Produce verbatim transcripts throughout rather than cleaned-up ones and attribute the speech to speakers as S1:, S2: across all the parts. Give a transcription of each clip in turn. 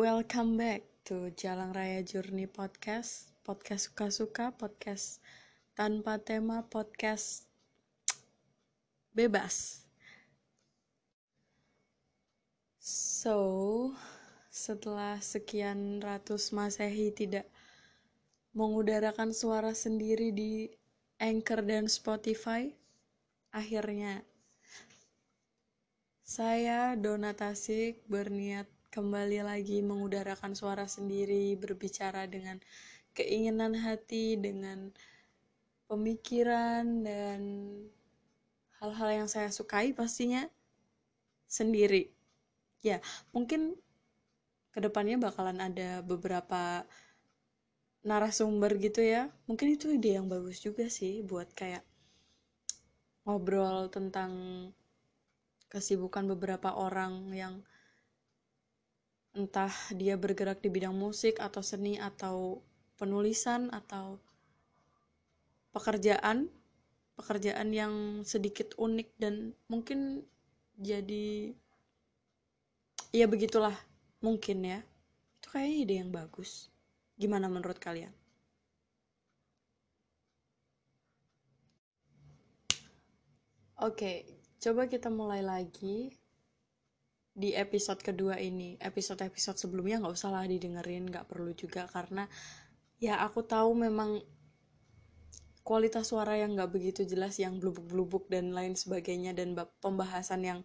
S1: Welcome back to Jalan Raya Journey Podcast. Podcast suka-suka, podcast tanpa tema, podcast bebas. So, setelah sekian ratus masehi tidak mengudarakan suara sendiri di Anchor dan Spotify, akhirnya saya Dona Tasik berniat kembali lagi mengudarakan suara sendiri, berbicara dengan keinginan hati, dengan pemikiran dan hal-hal yang saya sukai pastinya sendiri. Ya, mungkin kedepannya bakalan ada beberapa narasumber gitu ya. Mungkin itu ide yang bagus juga sih buat kayak ngobrol tentang kesibukan beberapa orang yang entah dia bergerak di bidang musik atau seni atau penulisan atau pekerjaan pekerjaan yang sedikit unik dan mungkin jadi ya begitulah mungkin ya. Itu kayaknya ide yang bagus. Gimana menurut kalian? Oke, coba kita mulai lagi di episode kedua ini. Episode-episode sebelumnya nggak usah lah didengerin, nggak perlu juga karena ya aku tahu memang kualitas suara yang nggak begitu jelas, yang blubuk-blubuk dan lain sebagainya, dan pembahasan yang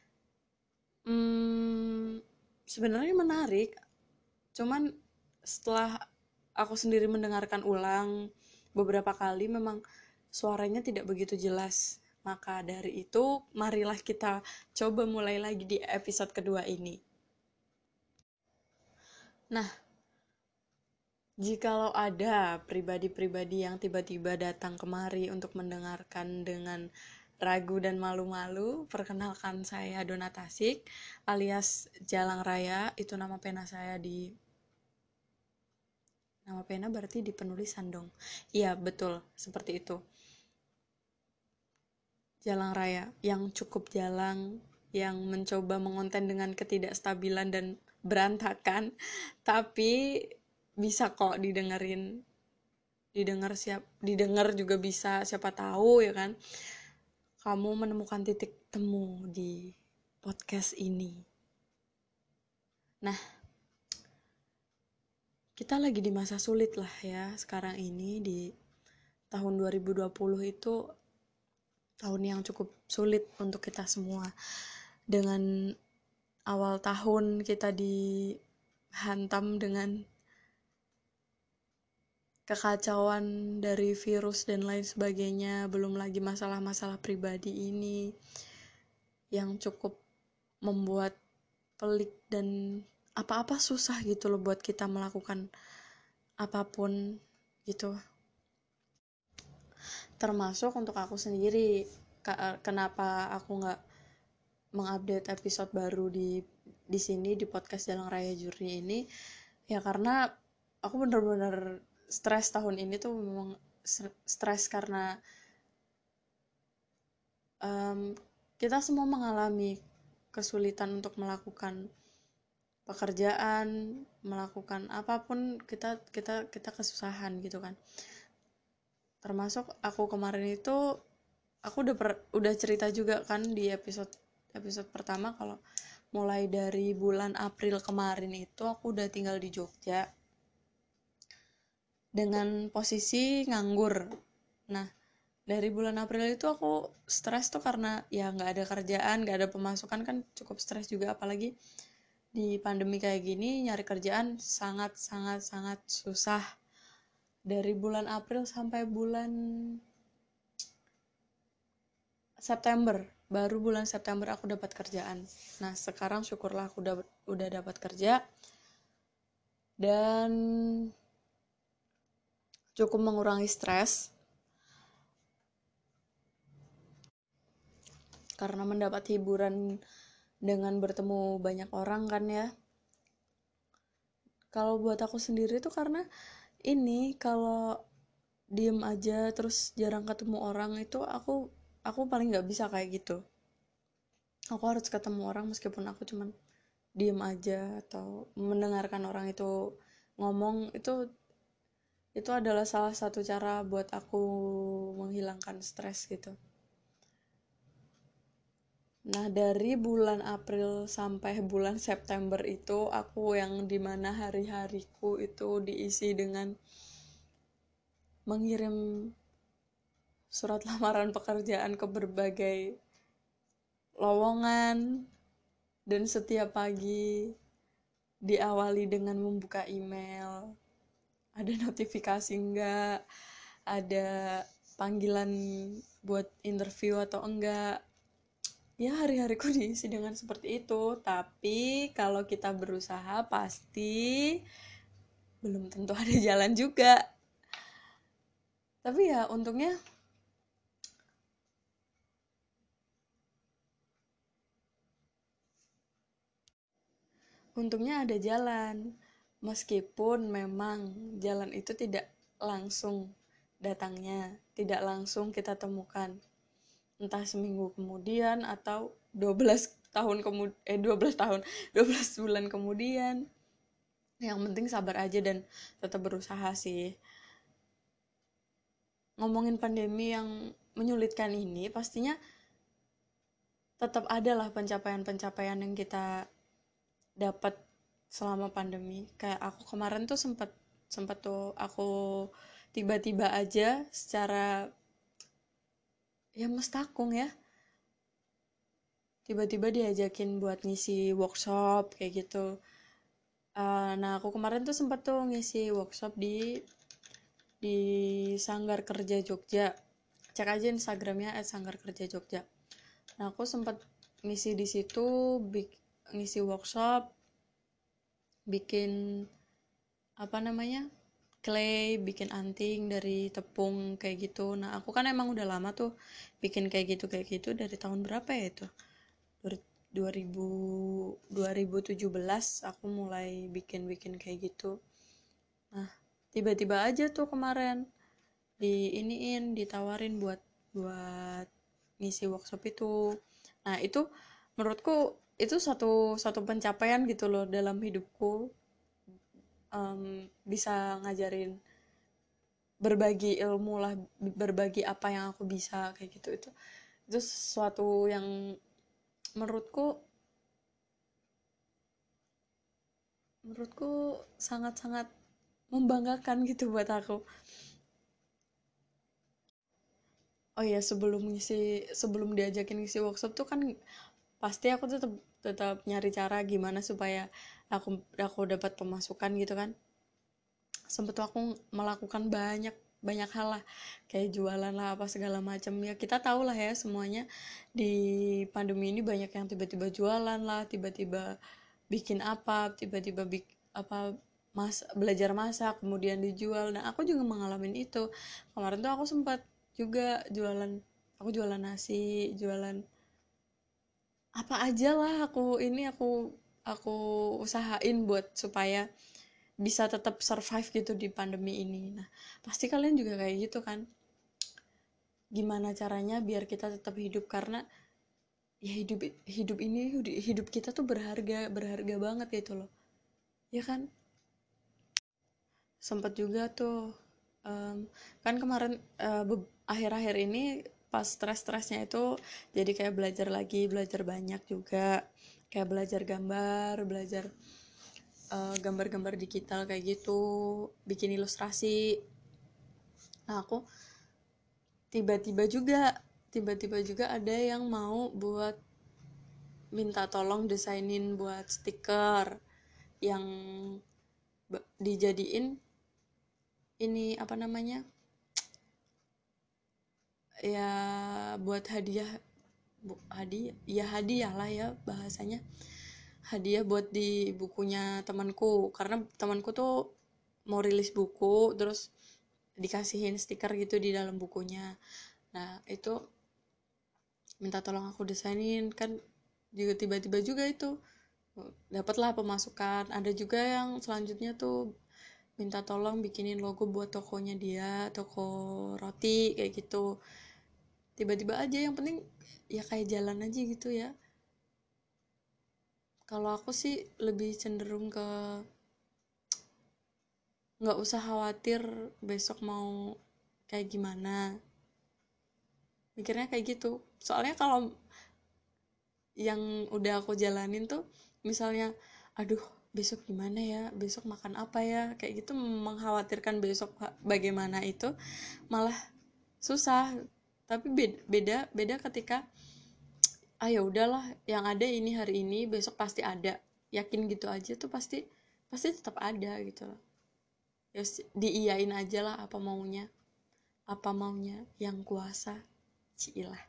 S1: hmm, sebenarnya menarik. Cuman setelah aku sendiri mendengarkan ulang beberapa kali memang suaranya tidak begitu jelas. Maka dari itu, marilah kita coba mulai lagi di episode kedua ini. Nah, jikalau ada pribadi-pribadi yang tiba-tiba datang kemari untuk mendengarkan dengan ragu dan malu-malu, perkenalkan saya Dona Tasik alias Jalang Raya, itu nama pena saya di nama pena berarti di penulisan dong. Iya, betul, seperti itu. Jalang Raya yang cukup jalang, yang mencoba mengonten dengan ketidakstabilan dan berantakan, tapi bisa kok didengerin, didengar siap, didengar juga bisa, siapa tahu ya kan, kamu menemukan titik temu di podcast ini. Nah, kita lagi di masa sulit lah ya sekarang ini, di tahun dua ribu dua puluh itu tahun yang cukup sulit untuk kita semua. Dengan awal tahun kita dihantam dengan kekacauan dari virus dan lain sebagainya, belum lagi masalah-masalah pribadi ini yang cukup membuat pelik dan apa-apa susah gitu loh buat kita melakukan apapun gitu. Termasuk untuk aku sendiri, kenapa aku nggak mengupdate episode baru di di sini di podcast Jalan Raya Journey ini, ya karena aku bener-bener stres tahun ini tuh, memang stres karena um, kita semua mengalami kesulitan untuk melakukan pekerjaan, melakukan apapun, kita kita kita kesusahan gitu kan. Termasuk aku kemarin itu, aku udah per, udah cerita juga kan di episode episode pertama kalau mulai dari bulan April kemarin itu aku udah tinggal di Jogja dengan posisi nganggur. Nah, dari bulan April itu aku stres tuh karena ya nggak ada kerjaan, nggak ada pemasukan, kan cukup stres juga, apalagi di pandemi kayak gini nyari kerjaan sangat sangat sangat susah. Dari bulan April sampai bulan September, baru bulan September aku dapat kerjaan. Nah, sekarang syukurlah aku udah udah dapat kerja dan cukup mengurangi stres karena mendapat hiburan dengan bertemu banyak orang kan ya. Kalau buat aku sendiri tuh karena ini, kalau diem aja terus jarang ketemu orang itu aku aku paling nggak bisa kayak gitu. Aku harus ketemu orang meskipun aku cuman diem aja atau mendengarkan orang itu ngomong, itu itu adalah salah satu cara buat aku menghilangkan stres gitu. Nah, dari bulan April sampai bulan September itu aku yang dimana hari-hariku itu diisi dengan mengirim surat lamaran pekerjaan ke berbagai lowongan, dan setiap pagi diawali dengan membuka email. Ada notifikasi enggak, ada panggilan buat interview atau enggak. Ya, hari-hariku diisi dengan seperti itu. Tapi kalau kita berusaha pasti belum tentu ada jalan juga. Tapi ya untungnya untungnya ada jalan. Meskipun memang jalan itu tidak langsung datangnya, tidak langsung kita temukan. Entah seminggu kemudian atau dua belas tahun kemudian, eh dua belas tahun, dua belas bulan kemudian. Yang penting sabar aja dan tetap berusaha sih. Ngomongin pandemi yang menyulitkan ini, pastinya tetap ada lah pencapaian-pencapaian yang kita dapat selama pandemi. Kayak aku kemarin tuh sempat sempat tuh aku tiba-tiba aja secara ya mestakung ya, tiba-tiba diajakin buat ngisi workshop kayak gitu. Uh, nah aku kemarin tuh sempat tuh ngisi workshop di di Sanggar Kerja Jogja. Cek aja Instagramnya at Sanggar Kerja Jogja. Nah aku sempat ngisi di situ, ngisi workshop, bikin apa namanya clay, bikin anting dari tepung kayak gitu. Nah aku kan emang udah lama tuh bikin kayak gitu kayak gitu dari tahun berapa ya itu, dua ribu dua ribu tujuh belas aku mulai bikin-bikin kayak gitu. Nah tiba-tiba aja tuh kemarin di iniin ditawarin buat buat ngisi workshop itu. Nah itu menurutku itu satu satu pencapaian gitu loh dalam hidupku, um, bisa ngajarin, berbagi ilmu lah, berbagi apa yang aku bisa kayak gitu. itu itu sesuatu yang menurutku menurutku sangat-sangat membanggakan gitu buat aku. Oh iya, sebelum ngisi sebelum diajakin ngisi workshop tuh kan pasti aku tetap tetap nyari cara gimana supaya aku aku dapat pemasukan gitu kan. Sempet tuh aku melakukan banyak banyak hal lah, kayak jualan lah apa segala macam. Ya kita tahu lah ya semuanya, di pandemi ini banyak yang tiba-tiba jualan lah, tiba-tiba bikin apa, tiba-tiba bik apa mas belajar masak kemudian dijual. Nah aku juga mengalami itu. Kemarin tuh aku sempat juga jualan, aku jualan nasi, jualan apa aja lah, aku ini aku aku usahain buat supaya bisa tetap survive gitu di pandemi ini. Nah pasti kalian juga kayak gitu kan, gimana caranya biar kita tetap hidup, karena ya hidup hidup ini hidup kita tuh berharga berharga banget gitu loh, ya kan. Sempet juga tuh, um, kan kemarin uh, akhir-akhir ini pas stres-stresnya itu jadi kayak belajar lagi, belajar banyak juga, kayak belajar gambar, belajar uh, gambar-gambar digital kayak gitu, bikin ilustrasi. Nah aku tiba-tiba juga tiba-tiba juga ada yang mau buat minta tolong desainin buat stiker yang dijadiin ini apa namanya ya, buat hadiah, bu, hadiah ya hadiah lah ya bahasanya, hadiah buat di bukunya temanku, karena temanku tuh mau rilis buku terus dikasihin stiker gitu di dalam bukunya. Nah itu minta tolong aku desainin kan, juga tiba-tiba juga itu dapatlah pemasukan. Ada juga yang selanjutnya tuh minta tolong bikinin logo buat tokonya dia, toko roti kayak gitu. Tiba-tiba aja, yang penting ya kayak jalan aja gitu ya. kalau aku sih lebih cenderung ke nggak usah khawatir besok mau kayak gimana, mikirnya kayak gitu. Soalnya kalau yang udah aku jalanin tuh misalnya aduh besok gimana ya, besok makan apa ya, kayak gitu, mengkhawatirkan besok bagaimana, itu malah susah. Tapi beda beda ketika ah ya udahlah, yang ada ini hari ini, besok pasti ada, yakin gitu aja tuh pasti pasti tetap ada gitu loh. Ya diiyain aja lah apa maunya, apa maunya yang kuasa, cilah.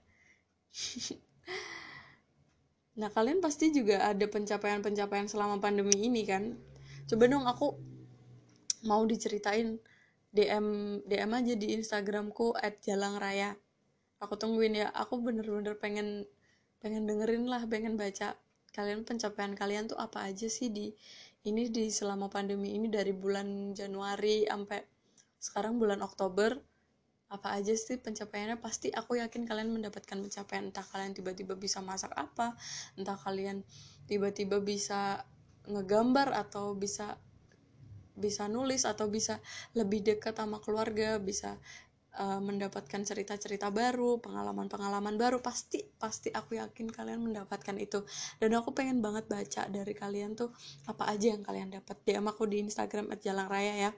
S1: Nah, kalian pasti juga ada pencapaian-pencapaian selama pandemi ini kan? Coba dong, aku mau diceritain. D M D M aja di Instagramku at jalangraya. Aku tungguin ya. Aku bener-bener pengen pengen dengerin lah, pengen baca kalian, pencapaian kalian tuh apa aja sih di ini di selama pandemi ini, dari bulan Januari sampai sekarang bulan Oktober. Apa aja sih pencapaiannya? Pasti aku yakin kalian mendapatkan pencapaian, entah kalian tiba-tiba bisa masak apa, entah kalian tiba-tiba bisa ngegambar, atau bisa bisa nulis, atau bisa lebih dekat sama keluarga, bisa uh, mendapatkan cerita-cerita baru, pengalaman-pengalaman baru. Pasti pasti aku yakin kalian mendapatkan itu, dan aku pengen banget baca dari kalian tuh apa aja yang kalian dapat. D M aku di Instagram at jalangraya ya.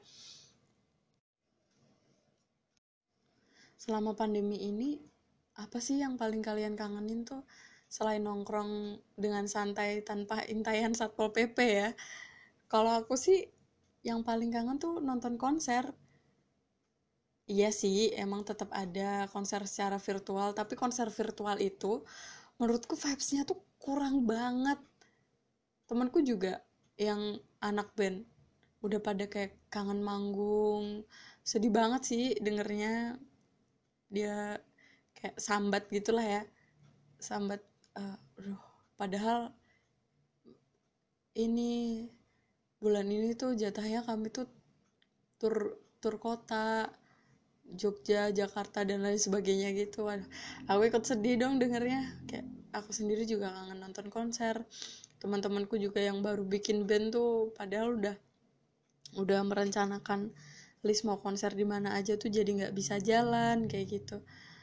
S1: Selama pandemi ini, apa sih yang paling kalian kangenin tuh? Selain nongkrong dengan santai tanpa intayan Satpol P P ya. Kalau aku sih, yang paling kangen tuh nonton konser. Iya sih, emang tetap ada konser secara virtual, tapi konser virtual itu menurutku vibes-nya tuh kurang banget. Temanku juga yang anak band, udah pada kayak kangen manggung. Sedih banget sih dengernya. Dia kayak sambat gitulah ya, sambat uh, aduh, padahal ini bulan ini tuh jatahnya kami tuh tur tur kota Jogja, Jakarta, dan lain sebagainya gitu. Waduh, aku ikut sedih dong dengernya. Kayak aku sendiri juga kangen nonton konser. Teman-temanku juga yang baru bikin band tuh padahal udah udah merencanakan list mau konser di mana aja tuh jadi nggak bisa jalan kayak gitu.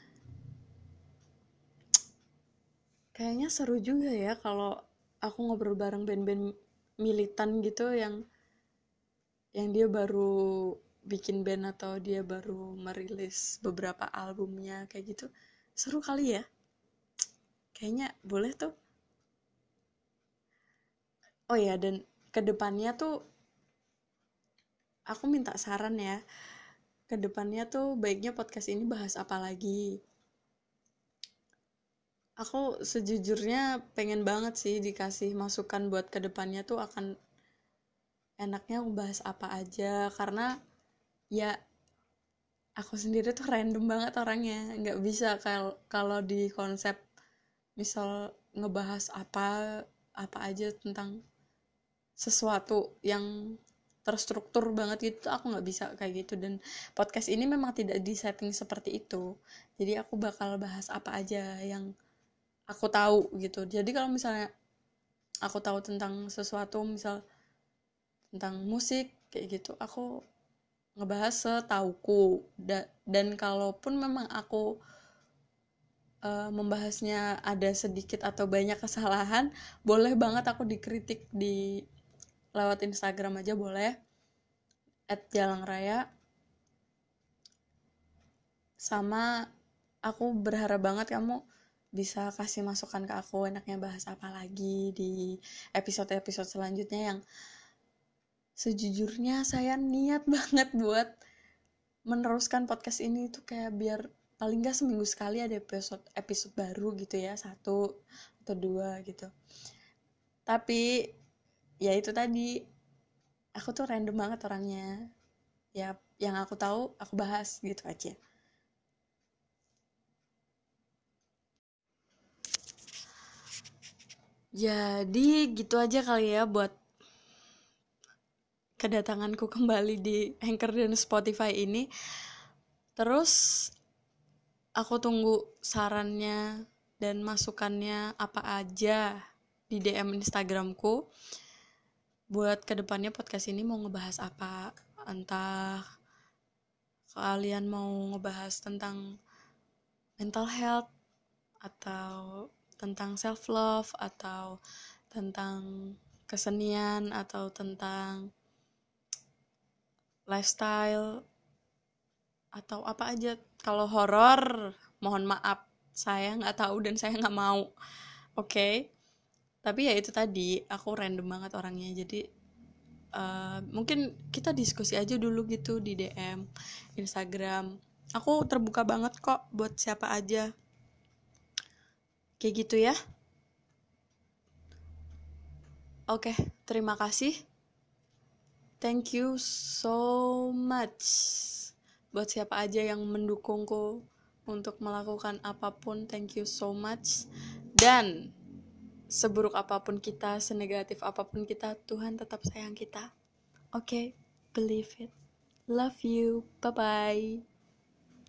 S1: Kayaknya seru juga ya kalau aku ngobrol bareng band-band militan gitu, yang yang dia baru bikin band atau dia baru merilis beberapa albumnya kayak gitu. Seru kali ya. Kayaknya boleh tuh. Oh ya, dan kedepannya tuh aku minta saran ya. Kedepannya tuh baiknya podcast ini bahas apa lagi. Aku sejujurnya pengen banget sih dikasih masukan buat kedepannya tuh akan enaknya aku bahas apa aja, karena ya aku sendiri tuh random banget orangnya, nggak bisa kalau kalau di konsep misal ngebahas apa apa aja tentang sesuatu yang terstruktur banget gitu, aku nggak bisa kayak gitu. Dan podcast ini memang tidak disetting seperti itu, jadi aku bakal bahas apa aja yang aku tahu gitu. Jadi kalau misalnya aku tahu tentang sesuatu, misal tentang musik kayak gitu, aku ngebahas setauku. Da- dan kalaupun memang aku uh, membahasnya ada sedikit atau banyak kesalahan, boleh banget aku dikritik di lewat Instagram aja, boleh at jalangraya. Sama aku berharap banget kamu bisa kasih masukan ke aku, enaknya bahas apa lagi di episode-episode selanjutnya, yang sejujurnya saya niat banget buat meneruskan podcast ini tuh kayak biar paling gak seminggu sekali ada episode episode baru gitu ya, satu atau dua gitu. Tapi ya itu tadi, aku tuh random banget orangnya, ya yang aku tahu aku bahas gitu aja. Jadi gitu aja kali ya buat kedatanganku kembali di Anchor dan Spotify ini. Terus aku tunggu sarannya dan masukannya apa aja. di D M Instagramku buat kedepannya podcast ini mau ngebahas apa. Entah kalian mau ngebahas tentang mental health, atau tentang self love, atau tentang kesenian, atau tentang lifestyle, atau apa aja. Kalau horor, mohon maaf, saya nggak tahu dan saya nggak mau. Oke, okay? Tapi ya itu tadi, aku random banget orangnya, jadi uh, mungkin kita diskusi aja dulu gitu di D M Instagram. Aku terbuka banget kok buat siapa aja. Kayak gitu ya. Oke, okay, terima kasih. Thank you so much buat siapa aja yang mendukungku untuk melakukan apapun. Thank you so much. Dan seburuk apapun kita, senegatif apapun kita, Tuhan tetap sayang kita. Oke, okay? Believe it. Love you. Bye-bye.